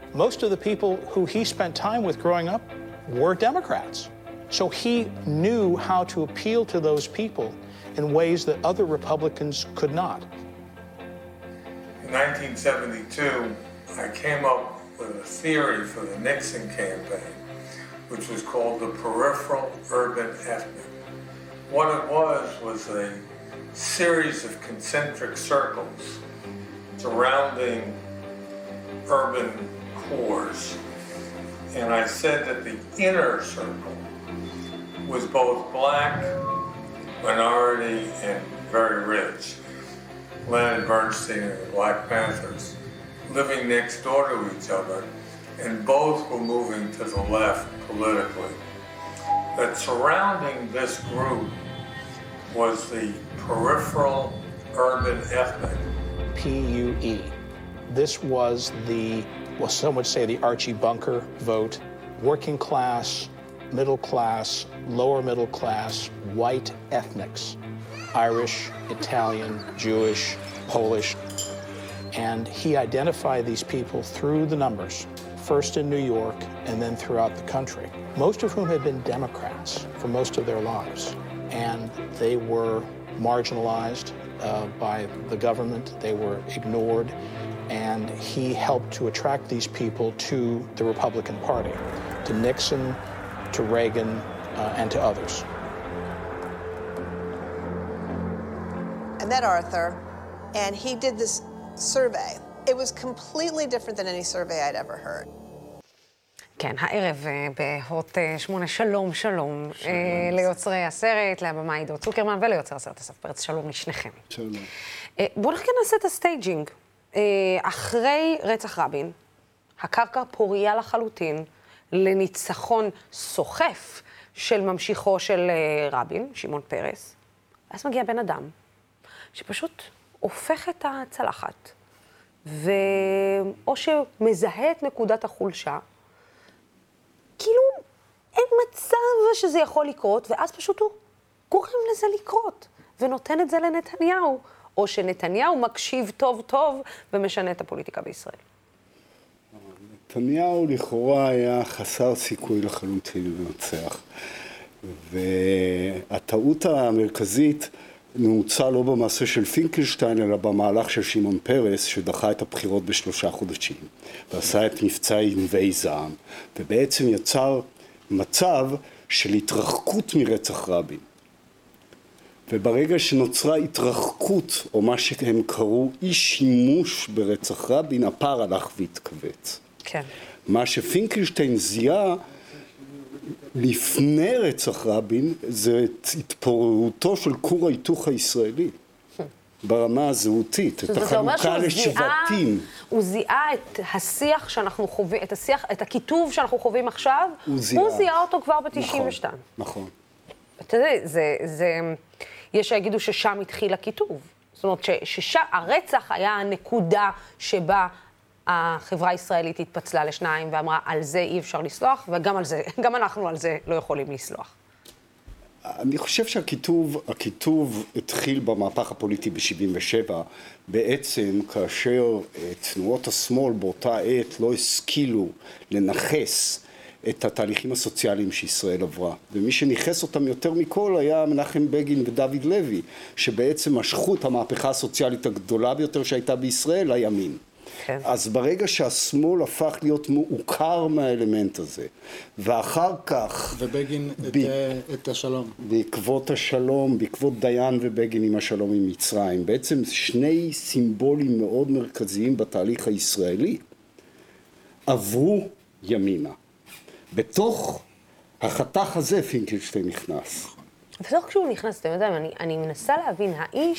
most of the people who he spent time with growing up were Democrats. So he knew how to appeal to those people in ways that other Republicans could not. In 1972, I came up with a theory for the Nixon campaign, which was called the peripheral urban ethnic. What it was a series of concentric circles surrounding urban cores. And I said that the inner circle was both black, minority, and very rich. Leonard Bernstein and the Black Panthers living next door to each other, and both were moving to the left politically. That surrounding this group was the peripheral urban ethnic. PUE. This was well, some would say the Archie Bunker vote. Working class, middle class, lower middle class, white ethnics. Irish, Italian, Jewish, Polish. And he identified these people through the numbers, first in New York and then throughout the country, most of whom had been Democrats for most of their lives. And they were marginalized by the government, they were ignored, and he helped to attract these people to the Republican Party, to Nixon, to Reagan, and to others. I met Arthur, and he did this survey. It was completely different than any survey I'd ever heard. כן, הערב בהוט 8, שלום ליוצרי הסרט, לבמאי עידו צוקרמן וליוצר הסרט אסף פרץ, שלום לשניכם. שלום. בואו נחכה נעשה את הסטייג'ינג. אחרי רצח רבין, הקרקע פוריה לחלוטין לניצחון סוחף של ממשיכו של רבין, שמעון פרס. אז מגיע בן אדם שפשוט הופך את הצלחת, או שמזהה את נקודת החולשה, כאילו אין מצב שזה יכול לקרות, ואז פשוט הוא גורם לזה לקרות, ונותן את זה לנתניהו, או שנתניהו מקשיב טוב טוב ומשנה את הפוליטיקה בישראל. נתניהו לכאורה היה חסר סיכוי לחלוטין לנצח, והטעות המרכזית נעוצה לא במעשה של פינקלשטיין, אלא במהלך של שמעון פרס, שדחה את הבחירות ב3 חודשים, ועשה את מבצע ענבי זעם, ובעצם יצר מצב של התרחקות מרצח רבין. וברגע שנוצרה התרחקות, או מה שהם קראו אי שימוש ברצח רבין, הפער הלך והתכווץ. כן. מה שפינקלשטיין זיהה לפני רצח רבין, זה התפוררותו של כור ההיתוך הישראלי, ברמה הזהותית, את החלוקה לשבטים. הוא זיהה את השיח שאנחנו חווים, את הכיתוב שאנחנו חווים עכשיו, הוא זיהה אותו כבר ב-92. נכון. אתה יודע, יש שיגידו ששם התחיל הכיתוב. זאת אומרת, שהרצח היה הנקודה שבה החברה הישראלית התפצלה לשניים ואמרה, על זה אי אפשר לסלוח, וגם על זה, גם אנחנו על זה לא יכולים לסלוח. אני חושב שהכיתוב התחיל במהפך הפוליטי ב-77, בעצם כאשר תנועות השמאל באותה עת לא השכילו לנחס את התהליכים הסוציאליים שישראל עברה. ומי שניחס אותם יותר מכל היה מנחם בגין ודוד לוי, שבעצם משכו את המהפכה הסוציאלית הגדולה ביותר שהייתה בישראל, הימין. כן. אז ברגע שהשמאל הפך להיות מעוקר מהאלמנט הזה, ואחר כך... ובגין את השלום. בעקבות השלום, בעקבות דיין ובגין עם השלום עם מצרים, בעצם שני סימבולים מאוד מרכזיים בתהליך הישראלי, עברו ימינה. בתוך החתך הזה פינקלשטיין נכנס. בתוך כשהוא נכנס, אתם יודעים, אני מנסה להבין,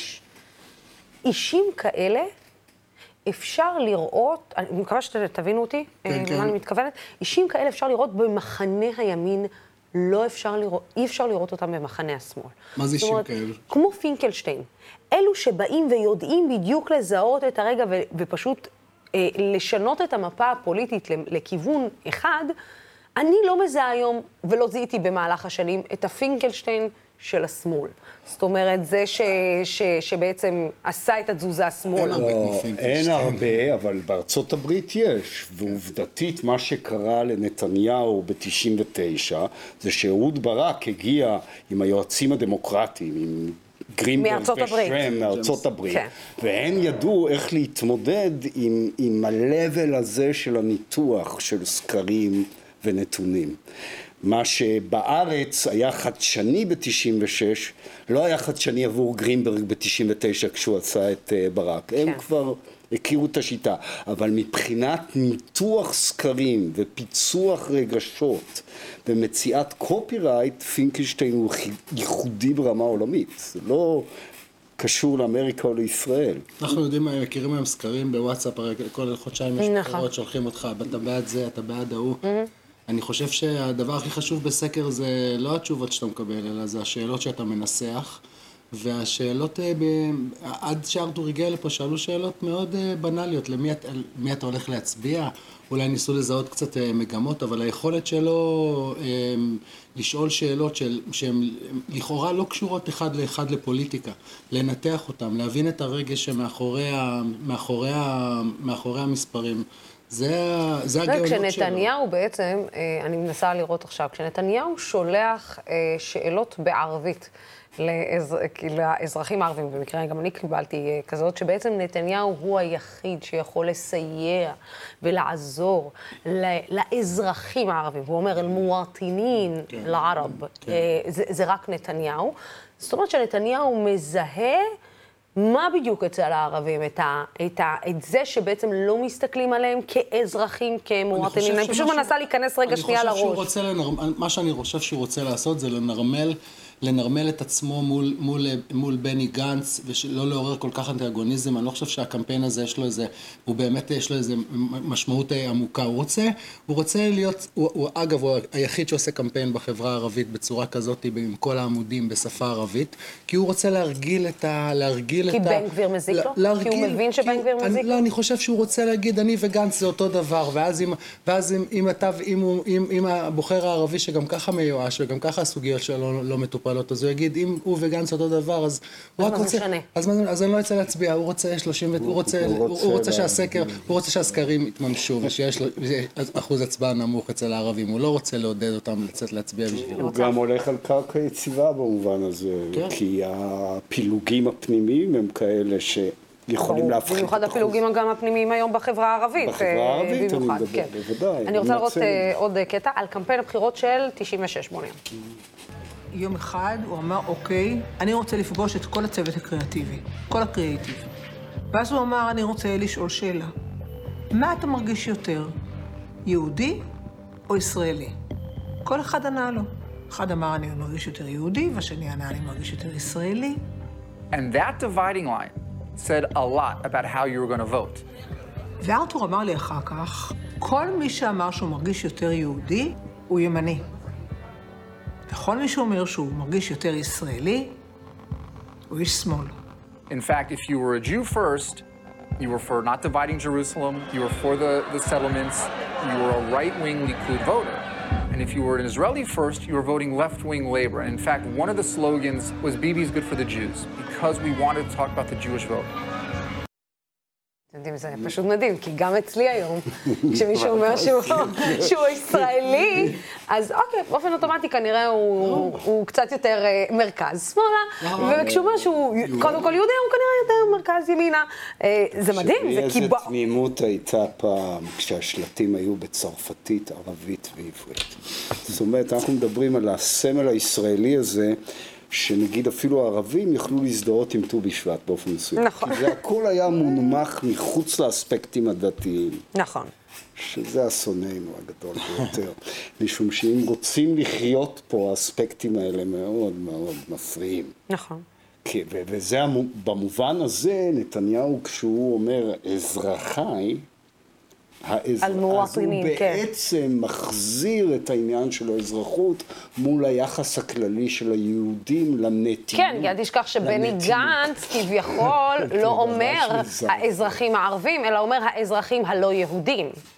אישים כאלה, אפשר לראות, אני מקווה שתבינו אותי, למה אני מתכוונת, אישים כאלה אפשר לראות במחנה הימין, אי אפשר לראות אותם במחנה השמאל. מה זה אישים כאלה? כמו פינקלשטיין. אלו שבאים ויודעים בדיוק לזהות את הרגע ופשוט לשנות את המפה הפוליטית לכיוון אחד, אני לא מזהה היום, ולא זיהיתי במהלך השנים, את הפינקלשטיין של השמאל. זאת אומרת, זה שבעצם עשה את התזוזה השמאל. אין הרבה, אבל בארצות הברית יש. ועובדתית, מה שקרה לנתניהו ב-99, זה שאהוד ברק הגיע עם היועצים הדמוקרטיים, עם גרינברג ושרם מארצות הברית, והם ידעו איך להתמודד עם ה-level הזה של הניתוח של סקרים ונתונים. מה שבארץ היה חדשני ב-96, לא היה חדשני עבור גרינברג ב-99 כשהוא עשה את ברק. הם כבר הכירו את השיטה, אבל מבחינת ניתוח סקרים ופיצוח רגשות ומציאת קופירייט, פינקלשטיין הוא ייחודי ברמה עולמית. זה לא קשור לאמריקה או לישראל. אנחנו יודעים, מכירים היום סקרים בוואטסאפ, כל חודשיים יש בחירות שולחים אותך, אתה בעד זה, אתה בעד ההוא. אני חושב שהדבר הכי חשוב בסקר זה לא התשובות שאתה מקבל, אלא זה השאלות שאתה מנסח, והשאלות, עד שארתור הגיע לפה, שאלו שאלות מאוד בנאליות, למי אתה הולך להצביע, אולי ניסו לזהות קצת מגמות, אבל היכולת שלו לשאול שאלות שהן לכאורה לא קשורות אחד לאחד לפוליטיקה, לנתח אותם, להבין את הרגש שמאחורי המספרים. זה הגאונות שלו. כשנתניהו בעצם, אני מנסה לראות עכשיו, כשנתניהו שולח שאלות בערבית לאזרחים הערבים, במקרה גם אני קיבלתי כזאת, שבעצם נתניהו הוא היחיד שיכול לסייע ולעזור לאזרחים הערבים. הוא אומר, אל-מואטינין לערב. זה רק נתניהו. זאת אומרת שנתניהו מזהה מה בדיוק אצל הערבים? את זה שבעצם לא מסתכלים עליהם כאזרחים, כמואטנים. אני פשוט מנסה להיכנס רגע שנייה לראש. מה שאני חושב שהוא רוצה לעשות זה לנרמל את עצמו מול בני גנץ, ולא לעורר כל כך אנטגוניזם. אני לא חושב שהקמפיין הזה יש לו איזה, הוא באמת יש לו איזה משמעות עמוקה. הוא רוצה להיות, אגב, הוא היחיד שעושה קמפיין בחברה הערבית בצורה כזאת, עם כל העמודים בשפה ערבית, כי הוא רוצה להרגיל את כי בן גביר מזיק לו? כי הוא מבין שבן גביר מזיק לו? לא, אני חושב שהוא רוצה להגיד, אני וגנץ זה אותו דבר, ואז אם הבוחר הערבי שגם ככה מיואש, וגם ככה הסוגיות שלו לא מטופלות, אז הוא יגיד, אם הוא וגנץ אותו דבר, אז הוא רק רוצה, אז אני לא יצא להצביע, הוא רוצה שהסקרים יתממשו, ושיש אחוז הצבעה נמוך אצל הערבים, הוא לא רוצה לעודד אותם לצאת להצביע בשבילו. הוא גם הולך על קרקע יציבה במובן הזה, כי הפילוגים הפנימיים הם כאלה שיכולים להפחית. במיוחד הפילוגים גם הפנימיים היום בחברה הערבית. בחברה הערבית אני מדבר, בוודאי. אני רוצה לראות עוד קטע על קמפיין הבחירות של 96. בוא נראה. יום אחד הוא אמר, אוקיי, אני רוצה לפגוש את כל הצוות הקריאטיבי, כל הקריאטיב. ואז הוא אמר, אני רוצה לשאול שאלה. מה אתה מרגיש יותר, יהודי או ישראלי? כל אחד ענה לו. אחד אמר, אני מרגיש יותר יהודי, והשני ענה, אני מרגיש יותר ישראלי. And that dividing line said a lot about how you were going to vote. וארתור אמר לי אחר כך, כל מי שאמר שהוא מרגיש יותר יהודי, הוא ימני. וכל מי שאומר שהוא מרגיש יותר ישראלי, הוא איש שמאל. In fact, if you were a Jew first, you were for not dividing Jerusalem, you were for the settlements, you were a right-wing Likud voter. And if you were an Israeli first, you were voting left-wing labor. And in fact, one of the slogans was Bibi's good for the Jews, because we wanted to talk about the Jewish vote. אתם יודעים, זה פשוט מדהים, כי גם אצלי היום, כשמישהו אומר שהוא ישראלי, אז אוקיי, באופן אוטומטי כנראה הוא קצת יותר מרכז שמאלה, וכשהוא אומר שהוא קודם כל יהודי, הוא כנראה יותר מרכז ימינה. זה מדהים, זה כי... איזה תמימות הייתה פעם, כשהשלטים היו בצרפתית, ערבית ועברית. זאת אומרת, אנחנו מדברים על הסמל הישראלי הזה, שנגיד אפילו הערבים יכלו להזדהות עם ט"ו בשבט באופן מסוים. נכון. כי זה הכל היה מונמך מחוץ לאספקטים הדתיים. נכון. שזה השונאינו הגדול ביותר. משום שאם רוצים לחיות פה, האספקטים האלה מאוד מאוד מפריעים. נכון. וזה במובן הזה, נתניהו כשהוא אומר אזרחי, אז הוא בעצם מחזיר את העניין של האזרחות מול היחס הכללי של היהודים לנתינות. כן, כי אל תשכח שבני גנץ כביכול לא אומר האזרחים הערבים, אלא אומר האזרחים הלא יהודים.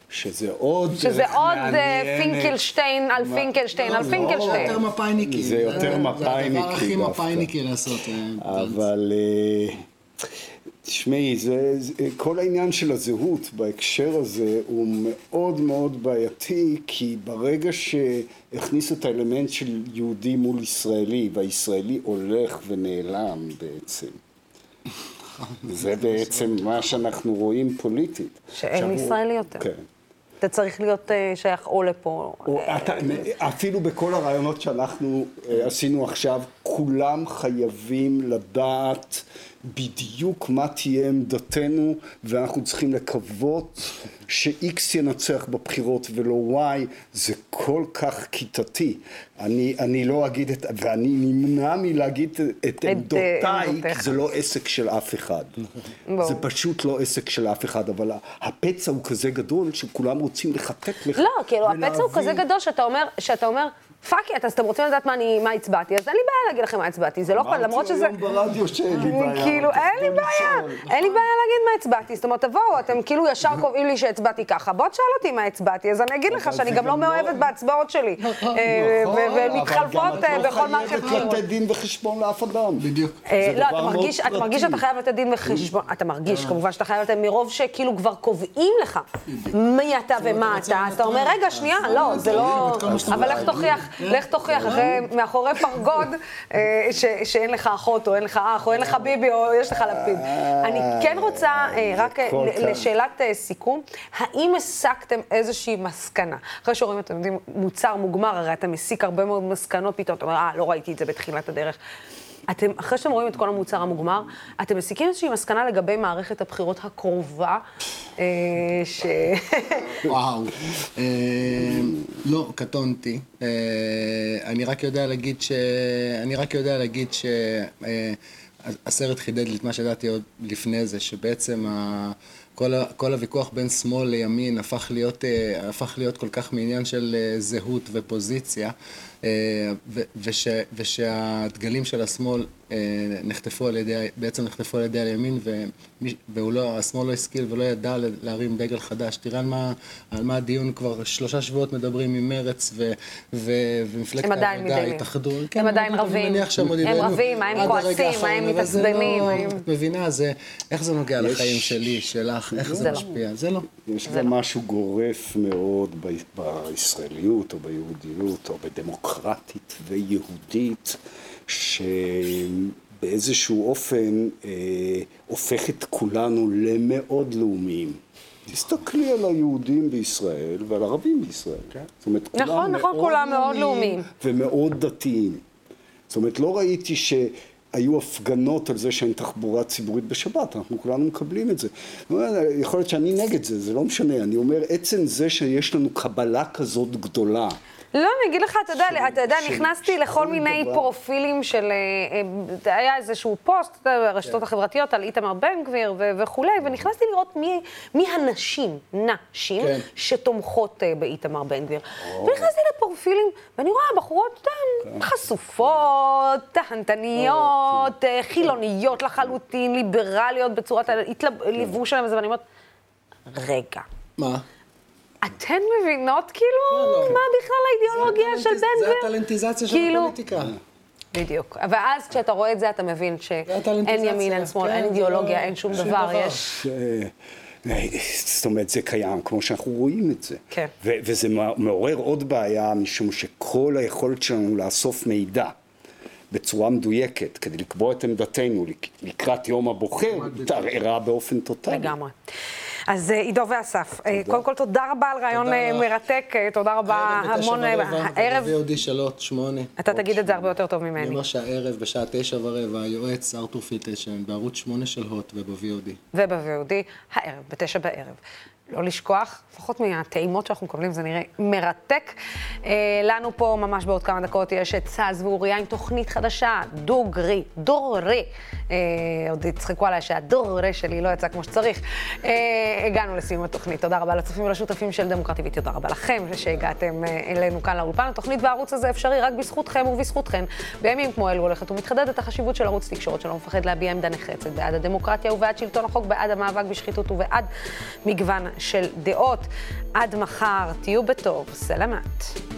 שזה עוד פינקלשטיין על פינקלשטיין על פינקלשטיין. זה יותר מפאיניקי. זה יותר מפאיניקי. זה הדבר הכי מפאיניקי לעשות. אבל תשמעי, כל העניין של הזהות בהקשר הזה הוא מאוד מאוד בעייתי, כי ברגע שהכניסו את האלמנט של יהודי מול ישראלי, והישראלי הולך ונעלם בעצם. זה בעצם מה שאנחנו רואים פוליטית. שאין ישראלי יותר. כן. אתה צריך להיות שייך או לפה. אפילו בכל הרעיונות שאנחנו עשינו עכשיו, כולם חייבים לדעת בדיוק מה תהיה עמדתנו, ואנחנו צריכים לקוות ש-X ינצח בבחירות ולא Y. זה כל כך כיתתי. אני לא אגיד ואני נמנע מלהגיד את עמדותיי, כי זה לא עסק של אף אחד. זה פשוט לא עסק של אף אחד, אבל הפצע הוא כזה גדול שכולם רוצים לחטט לך. לא, כאילו הפצע הוא כזה גדול שאתה אומר, פאקי, אתם רוצים לדעת מה הצבעתי, אז אין לי בעיה להגיד לכם מה הצבעתי, זה לא יכול, למרות שזה... אמרתי היום ברדיו שאין לי בעיה. כאילו, אין לי בעיה להגיד מה הצבעתי, זאת אומרת, תבואו, אתם כאילו ישר קובעים לי שהצבעתי ככה, בוא תשאל אותי מה הצבעתי, אז אני אגיד לך שאני גם לא מאוהבת בהצבעות שלי, ומתחלפות בכל מערכת בחירות. אבל גם את לא חייבת לתת דין וחשבון לאף אדם. בדיוק. לא, אתה מרגיש שאתה חייב לתת דין וחשבון, אתה מרגיש כמובן שאתה חייב לתת מרוב שכאילו כבר קובעים לך מי אתה ומה אתה אומר, רגע, שנייה, לא, זה לא... אבל לך תוכיח, מאחורי פרגוד, שאין לך אחות, או אין לך אח, או אין לך ביבי, או יש לך לפיד. אני כן רוצה, רק לשאלת סיכום, האם הסקתם איזושהי מסקנה? אחרי שרואים, אתם יודעים, מוצר מוגמר, הרי אתה מסיק הרבה מאוד מסקנות פתאום, אתה אומר, לא ראיתי את זה בתחילת הדרך. אחרי שאתם רואים את כל המוצר המוגמר, אתם מסיקים איזושהי מסקנה לגבי מערכת הבחירות הקרובה, וואו, לא, קטונתי. אני רק יודע להגיד שהסרט חידד לי את מה שידעתי עוד לפני זה, שבעצם כל הוויכוח בין שמאל לימין הפך להיות כל כך מעניין של זהות ופוזיציה, ושהדגלים של השמאל נחטפו על ידי הימין, והשמאל לא השכיל ולא ידע להרים דגל חדש. תראה על מה הדיון כבר 3 שבועות מדברים עם מרץ ומפלגת העבודה התאחדו. הם עדיין רבים, הם רבים, מה הם כועסים, מה הם מתעצבנים. את מבינה, איך זה נוגע לחיים שלי, שלך, איך זה משפיע? זה לא. יש גם משהו גורף מאוד בישראליות או ביהודיות או בדמוקרטית ויהודית, שבאיזשהו אופן הופך את כולנו למאוד לאומיים. תסתכלי על היהודים בישראל ועל ערבים בישראל. זאת אומרת, נכון, כולם מאוד לאומיים. ומאוד דתיים. זאת אומרת, לא ראיתי שהיו הפגנות על זה שאין תחבורה ציבורית בשבת, אנחנו כולנו מקבלים את זה. יכול להיות שאני נגד זה, זה לא משנה. אני אומר, עצם זה שיש לנו קבלה כזאת גדולה, לא, אני אגיד לך, אתה יודע, נכנסתי לכל מיני פרופילים של, היה איזשהו פוסט ברשתות החברתיות על איתמר בן גביר וכולי, ונכנסתי לראות מי הנשים, שתומכות באיתמר בן גביר. ונכנסתי לפרופילים, ואני רואה בחורות חשופות, תהנתניות, חילוניות לחלוטין, ליברליות בצורת הליבוש שלהם, ואני אומרת, רגע. מה? אתן מבינות כאילו מה בכלל האידיאולוגיה של בן גביר? זה הטלנטיזציה של הפוליטיקה. בדיוק. ואז כשאתה רואה את זה, אתה מבין שאין ימין, אין שמאל, אין אידיאולוגיה, אין שום דבר. זאת אומרת, זה קיים, כמו שאנחנו רואים את זה. כן. וזה מעורר עוד בעיה, משום שכל היכולת שלנו לאסוף מידע בצורה מדויקת, כדי לקבוע את עמדתנו לקראת יום הבוחר, תערערה באופן טוטלי. לגמרי. אז עידו ואסף, קודם כל תודה רבה על רעיון מרתק, תודה רבה המון הערב. ב-VOD 8. אתה תגיד את זה הרבה יותר טוב ממני. אני אומר שהערב בשעה 9:15, היועץ ארתור פילטלשטיין בערוץ 8 של הוט וב-VOD. וב-VOD, הערב, ב-9 בערב. לא לשכוח, לפחות מהטעימות שאנחנו מקבלים, זה נראה מרתק. לנו פה ממש בעוד כמה דקות יש את צז ואוריה עם תוכנית חדשה, דורי. עוד יצחקו עליי שהדורי שלי לא יצא כמו שצריך. הגענו לסיום התוכנית. תודה רבה לצופים ולשותפים של דמוקרטיבית, תודה רבה לכם שהגעתם אלינו כאן לאולפן. התוכנית והערוץ הזה אפשרי רק בזכותכם ובזכותכן. בימים כמו אלו הולכת ומתחדדת החשיבות של ערוץ תקשורת שלא מפחד להביע עמדה נחרצת בעד הדמוקרטיה ובעד שלטון החוק, בעד המאבק בשחיתות ובעד מגוון של דעות. עד מחר, תהיו בטוב, סלמת.